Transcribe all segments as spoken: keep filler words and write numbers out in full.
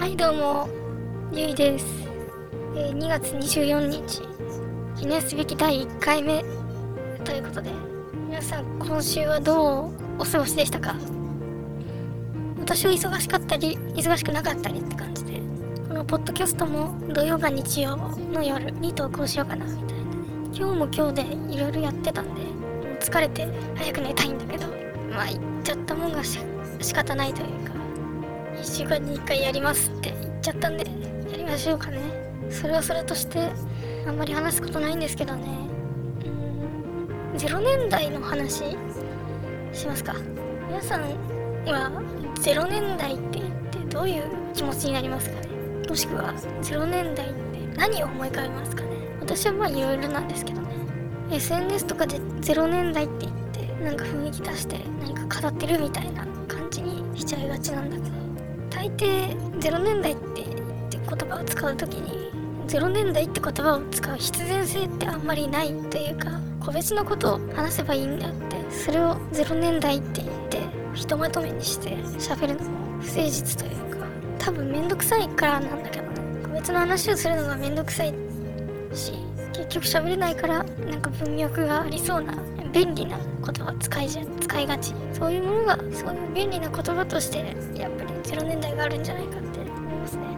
はいどうも、ゆいです。えー、にがつにじゅうよっか記念すべきだいいっかいめということで、皆さん今週はどうお過ごしでしたか？私は忙しかったり忙しくなかったりって感じで、このポッドキャストも土曜か日曜の夜に投稿しようかなみたいなね。今日も今日でいろいろやってたんで、もう疲れて早く寝たいんだけど、まあ言っちゃったもんがし仕方ないというか、いっしゅうかんにいっかいやりますって言っちゃったんでやりましょうかね。それはそれとしてあんまり話すことないんですけどね。うーんゼロねんだいの話しますか。皆さんはゼロねんだいって言ってどういう気持ちになりますかね。もしくはゼロねんだいって何を思い浮かべますかね。私はまあいろいろなんですけどね。 エスエヌエス とかでゼロねんだいって言ってなんか雰囲気出して何か語ってるみたいな感じにしちゃいがちなんだけど、大抵ゼロねんだいって言葉を使うときにゼロねんだいって言葉を使う必然性ってあんまりないというか、個別のことを話せばいいんだって、それをゼロねんだいって言ってひとまとめにして喋るのも不誠実というか、多分めんどくさいからなんだけどね。個別の話をするのがめんどくさいし、結局喋れないからなんか文脈がありそうな便利な言葉を使いじゃ使いがち、そういうものがそういう便利な言葉としてやっぱりゼロねんだいがあるんじゃないかって思いますね。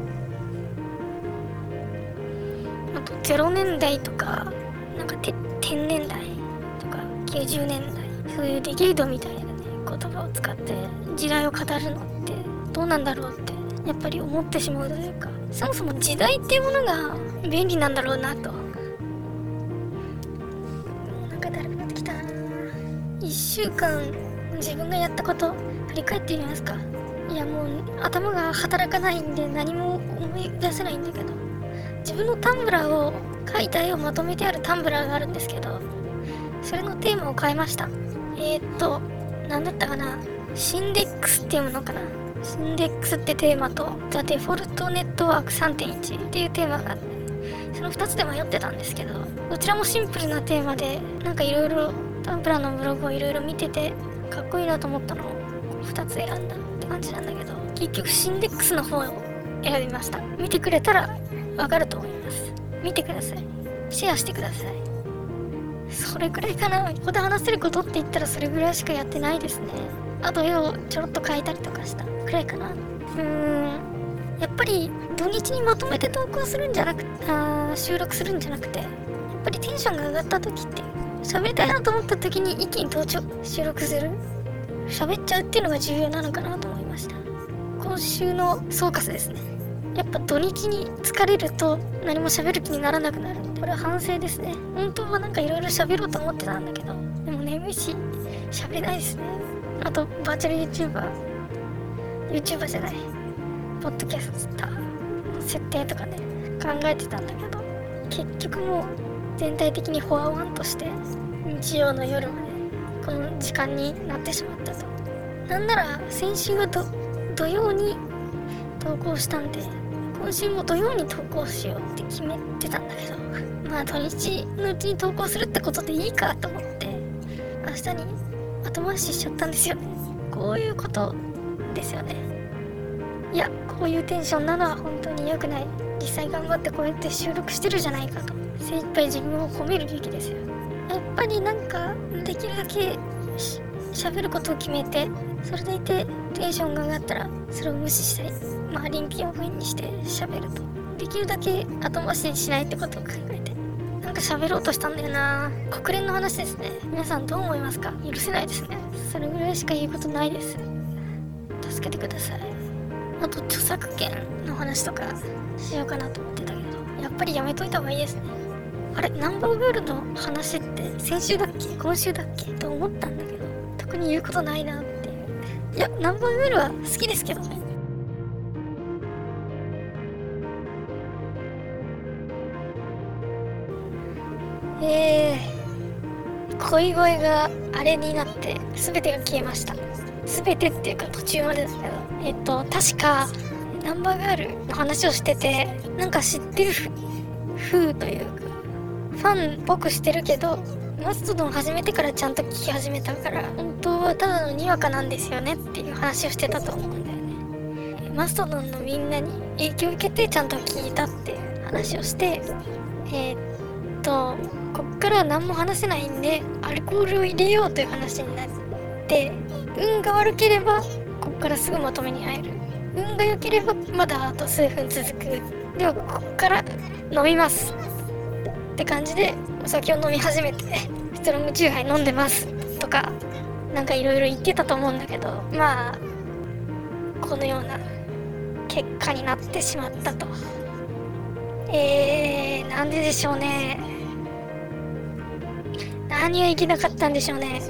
あとゼロねんだいとかなんかて天然代とかきゅうじゅうねんだい、そういうディケイドみたいなね言葉を使って時代を語るのってどうなんだろうってやっぱり思ってしまうというか、そもそも時代っていうものが便利なんだろうなと。なんかだるくなってきたな。いっしゅうかん自分がやったこと振り返ってみますか。いやもう頭が働かないんで何も思い出せないんだけど、自分のタンブラーを描いた絵をまとめてあるタンブラーがあるんですけど、それのテーマを変えました。えーっとなんだったかな、シンデックスっていうものかな。シンデックスってテーマとザ・デフォルトネットワーク さんてんいち っていうテーマがあって、そのふたつで迷ってたんですけど、どちらもシンプルなテーマで、なんかいろいろタンブラーのブログをいろいろ見ててかっこいいなと思ったのをふたつ選んだって感じなんだけど、結局シンデックスの方を選びました。見てくれたらわかると思います。見てください、シェアしてください。それくらいかな。ここで話せることって言ったらそれぐらいしかやってないですね。あと絵をちょろっと描いたりとかしたくらいかな。うーんやっぱり土日にまとめて投稿するんじゃなくあ収録するんじゃなくて、やっぱりテンションが上がった時って喋りたいなと思った時に一気に登場収録する、喋っちゃうっていうのが重要なのかなと思いました。今週の総括ですね。やっぱ土日に疲れると何も喋る気にならなくなるんで、これは反省ですね。本当はなんかいろいろ喋ろうと思ってたんだけど、でも眠いし喋れないですね。あとバーチャル YouTuber YouTuber じゃないポッドキャスターの設定とかね考えてたんだけど、結局もう全体的にフォアワンとして日曜の夜までこの時間になってしまったと。なんなら先週はど土曜に投稿したんで、今週も土曜に投稿しようって決めてたんだけど、まあ土日のうちに投稿するってことでいいかと思って明日に後回ししちゃったんですよね。こういうことですよね。いやこういうテンションなのは本当に良くない。実際頑張ってこうやって収録してるじゃないかと精一杯自分を褒めるべきですよ。やっぱりなんかできるだけし喋ることを決めて、それでいてテンションが上がったらそれを無視したり、まあ臨機応変にして喋ると、できるだけ後回しにしないってことを考えてなんか喋ろうとしたんだよな。国連の話ですね。皆さんどう思いますか？許せないですね。それぐらいしか言うことないです。助けてください。あと著作権の話とかしようかなと思ってたけど、やっぱりやめといた方がいいですね。あれナンバーガールの話って先週だっけ今週だっけと思ったんだけど、特に言うことないなっていう。いやナンバーガールは好きですけどね。えー、恋声があれになって全てが消えました。全てっていうか途中までですけど、えっと確かナンバーガールの話をしてて、なんか知ってる風というかファンっぽくしてるけど、マストドン始めてからちゃんと聞き始めたから本当はただのにわかなんですよねっていう話をしてたと思うんだよね。 マストドンのみんなに影響を受けてちゃんと聞いたっていう話をして、えー、っとこっからは何も話せないんでアルコールを入れようという話になって、運が悪ければこっからすぐまとめに入る、運が良ければまだあと数分続く、ではこっから飲みますって感じでお酒を飲み始めて、ストロングチューハイ飲んでますとかなんかいろいろ言ってたと思うんだけど、まあこのような結果になってしまったと。えー、なんででしょうね。何がいけなかったんでしょうね。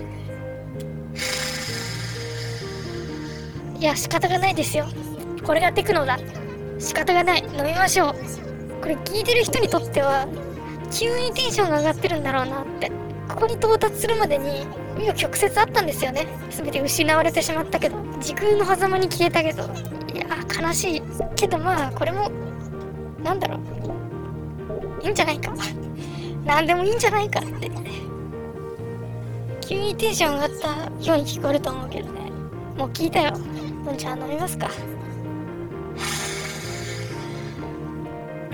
いや仕方がないですよ、これがテクノだ、仕方がない、飲みましょう。これ聞いてる人にとっては急にテンションが上がってるんだろうなって。ここに到達するまでに紆余曲折あったんですよね。全て失われてしまったけど、時空の狭間に消えたけど、いやー悲しいけど、まあこれもなんだろう、いいんじゃないかなんでもいいんじゃないかって。急にテンション上がったように聞こえると思うけどね。もう聞いたよ。じゃあ飲みますか。うー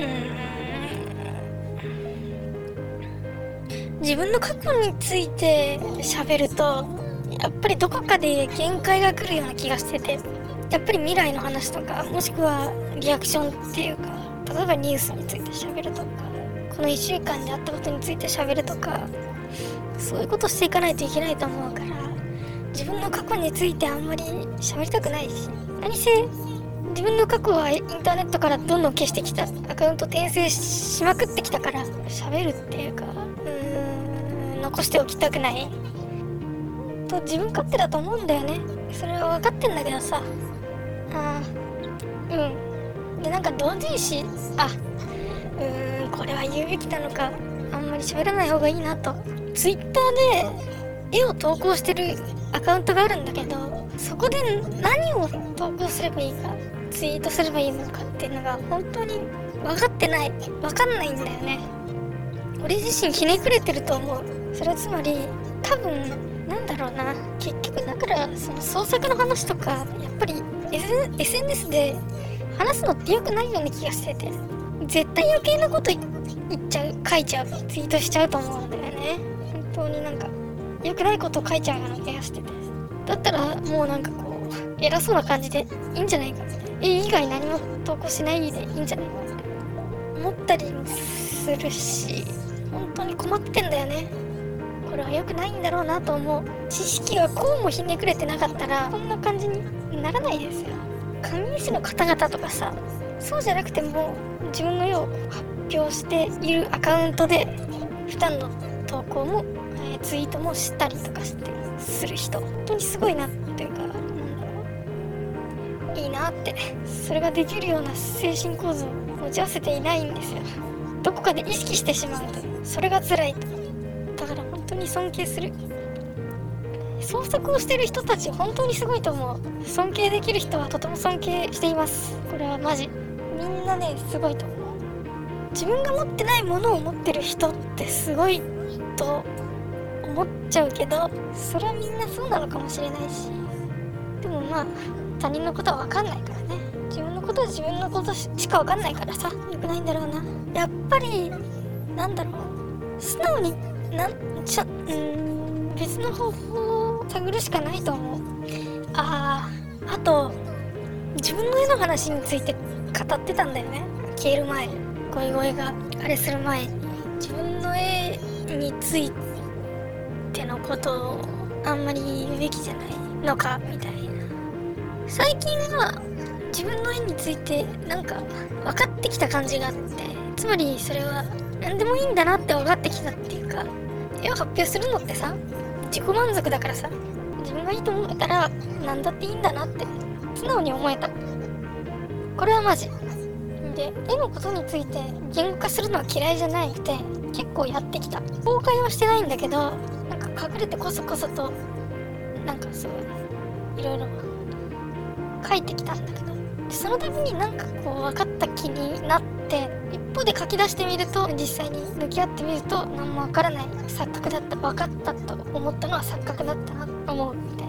ん、自分の過去について喋るとやっぱりどこかで限界が来るような気がしてて、やっぱり未来の話とか、もしくはリアクションっていうか、例えばニュースについて喋るとか、このいっしゅうかんであったことについて喋るとか、そういうことしていかないといけないと思うから、自分の過去についてあんまり喋りたくないし、何せ自分の過去はインターネットからどんどん消してきた、アカウント転生しまくってきたから、喋るっていうか、うーん、残しておきたくないと自分勝手だと思うんだよね。それは分かってんだけどさ、あーうんで、なんか同人誌、あうーんこれは言うべきなのか、あんまり喋らない方がいいなと。ツイッターで絵を投稿してるアカウントがあるんだけど、そこで何を投稿すればいいか、ツイートすればいいのかっていうのが本当に分かってない、分かんないんだよね。俺自身ひねくれてると思う。それはつまり多分なんだろうな、結局だからその創作の話とかやっぱり エスエヌエス で話すのって良くないような気がしてて、絶対余計なこと言っちゃう、書いちゃう、ツイートしちゃうと思うんだよね。本当になんか良くないことを書いちゃうような気がしてて、だったらもうなんかこう偉そうな感じでいいんじゃないかみたいな、絵以外何も投稿しないでいいんじゃないかって思ったりもするし、本当に困ってんだよね。これは良くないんだろうなと思う。知識がこうもひねくれてなかったらこんな感じにならないですよ。神絵師の方々とかさ、そうじゃなくても自分の絵を発表しているアカウントで普段の投稿も、えー、ツイートもしたりとかしてする人、本当にすごいなっていうか、なんだろう、いいなって。それができるような精神構造を持ち合わせていないんですよ。どこかで意識してしまうとそれが辛いと。だから本当に尊敬する。創作をしてる人たち本当にすごいと思う。尊敬できる人はとても尊敬しています。これはマジみんなねすごいと思う。自分が持ってないものを持ってる人ってすごいと思っちゃうけど、それはみんなそうなのかもしれないし、でもまあ他人のことは分かんないからね。自分のことは自分のことしか分かんないからさ、良くないんだろうな。やっぱりなんだろう、素直になんちゃうーん別の方法を探るしかないと思う。あーあと自分の絵の話について語ってたんだよね、消える前、ゴイゴイがあれする前に。自分の絵についてのことをあんまり言うべきじゃないのかみたいな。最近は自分の絵についてなんか分かってきた感じがあって、つまりそれは何でもいいんだなって分かってきたっていうか、絵を発表するのってさ自己満足だからさ、自分がいいと思えたら何だっていいんだなって素直に思えた。これはマジで、絵のことについて言語化するのは嫌いじゃなくて結構やってきた。公開はしてないんだけど、なんか隠れてこそこそとなんかすごいいろいろ書いてきたんだけど、その度になんかこう分かった気になって、一方で書き出してみると、実際に向き合ってみると何も分からない錯覚だった、分かったと思ったのは錯覚だったなと思うみたいな。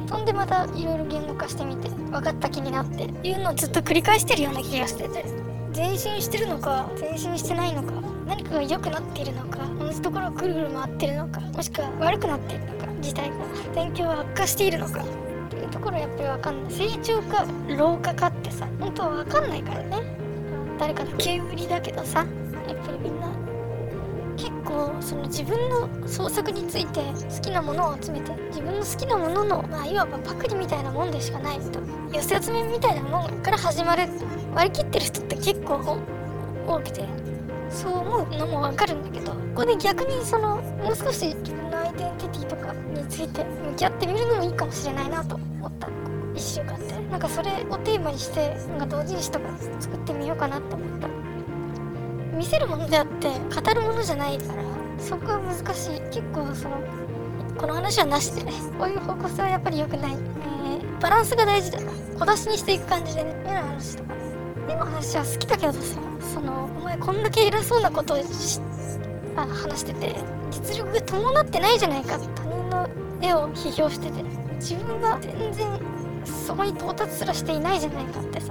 そんでまたいろいろ言語化してみて分かった気になっていうのをずっと繰り返してるような気がしてて、前進してるのか前進してないのか、何かが良くなっているのか、同じところをぐるぐる回ってるのか、もしくは悪くなっているのか、事態が勉強は悪化しているのかっていうところはやっぱり分かんない。成長か老化かってさ本当は分かんないからね。誰かの急売りだけどさ、やっぱりみんな結構その自分の創作について好きなものを集めて、自分の好きなものの、まあ、いわばパクリみたいなもんでしかないと、寄せ集めみたいなもんから始まる割り切ってる人って結構多くて、そう思うのもわかるんだけど、ここで逆にそのもう少し自分のアイデンティティとかについて向き合ってみるのもいいかもしれないなと思ったいっしゅうかんで、なんかそれをテーマにしてなんか同人誌とか作ってみようかなと思った。見せるものであって語るものじゃないから、そこは難しい。結構そのこの話はなしでね、こういう方向性はやっぱり良くない、えー、バランスが大事だな。小出しにしていく感じでね、絵の話とかね、絵の話は好きだけどさ、そのお前こんだけ偉そうなことをしあ話してて実力が伴ってないじゃないか、他人の絵を批評してて自分が全然そこに到達すらしていないじゃないかってさ、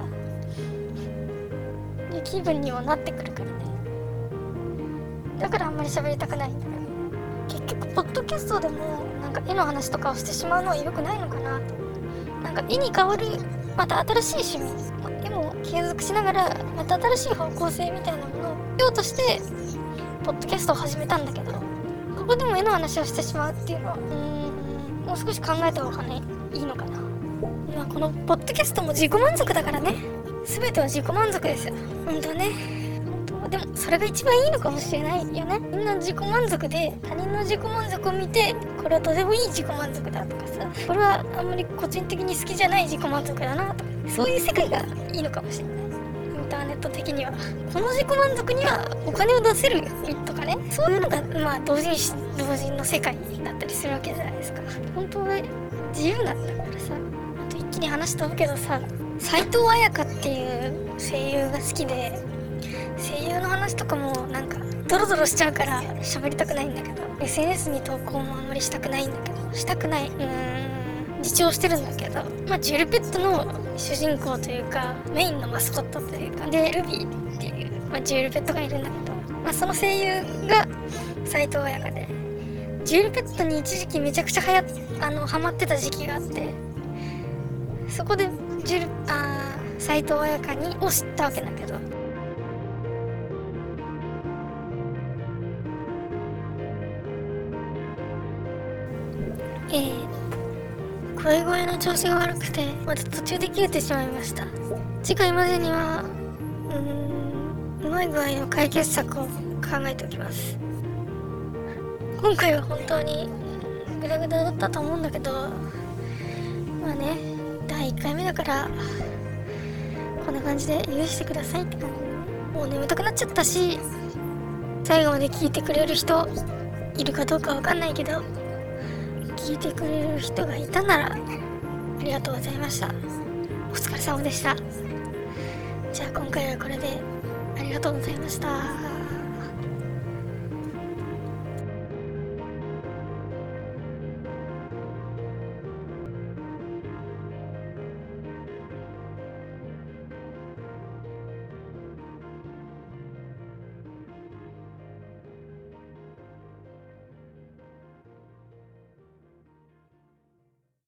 いう気分にもなってくるからね。だからあんまり喋りたくないんだけど、結局ポッドキャストでもなんか絵の話とかをしてしまうのは良くないのかなと。なんか絵に代わるまた新しい趣味、まあ、絵も継続しながらまた新しい方向性みたいなものをしようとしてポッドキャストを始めたんだけど、ここでも絵の話をしてしまうっていうのはうーんもう少し考えた方がねいいのかな。まあこのポッドキャストも自己満足だからね、全ては自己満足ですよ本当ね。でもそれが一番いいのかもしれないよね。みんな自己満足で他人の自己満足を見てこれはとてもいい自己満足だとかさ、これはあんまり個人的に好きじゃない自己満足だなとか、そういう世界がいいのかもしれない。インターネット的にはこの自己満足にはお金を出せるとかね、そういうのがまあ同人誌同人の世界だったりするわけじゃないですか。本当は自由なんだからさ。あと一気に話飛ぶけどさ、斎藤彩香っていう声優が好きで、声優の話とかもなんかドロドロしちゃうから喋りたくないんだけど、 エスエヌエス に投稿もあんまりしたくないんだけどしたくないうーん自重してるんだけど、まあジュルペットの主人公というかメインのマスコットというかでルビーっていう、まあ、ジュルペットがいるんだけど、まあ、その声優が斎藤彩香で、ジュルペットに一時期めちゃくちゃはやあのハマってた時期があって、そこでジュルあ斎藤彩香にを知ったわけだけど、えー、声声の調子が悪くてまた途中で切れてしまいました。次回までにはうーんうまい具合の解決策を考えておきます。今回は本当にグダグダだったと思うんだけど、まあねだいいっかいめだからこんな感じで許してくださいって感じ。もう眠たくなっちゃったし、最後まで聞いてくれる人いるかどうかわかんないけど、聞いてくれる人がいたならありがとうございました。お疲れ様でした。じゃあ今回はこれでありがとうございました。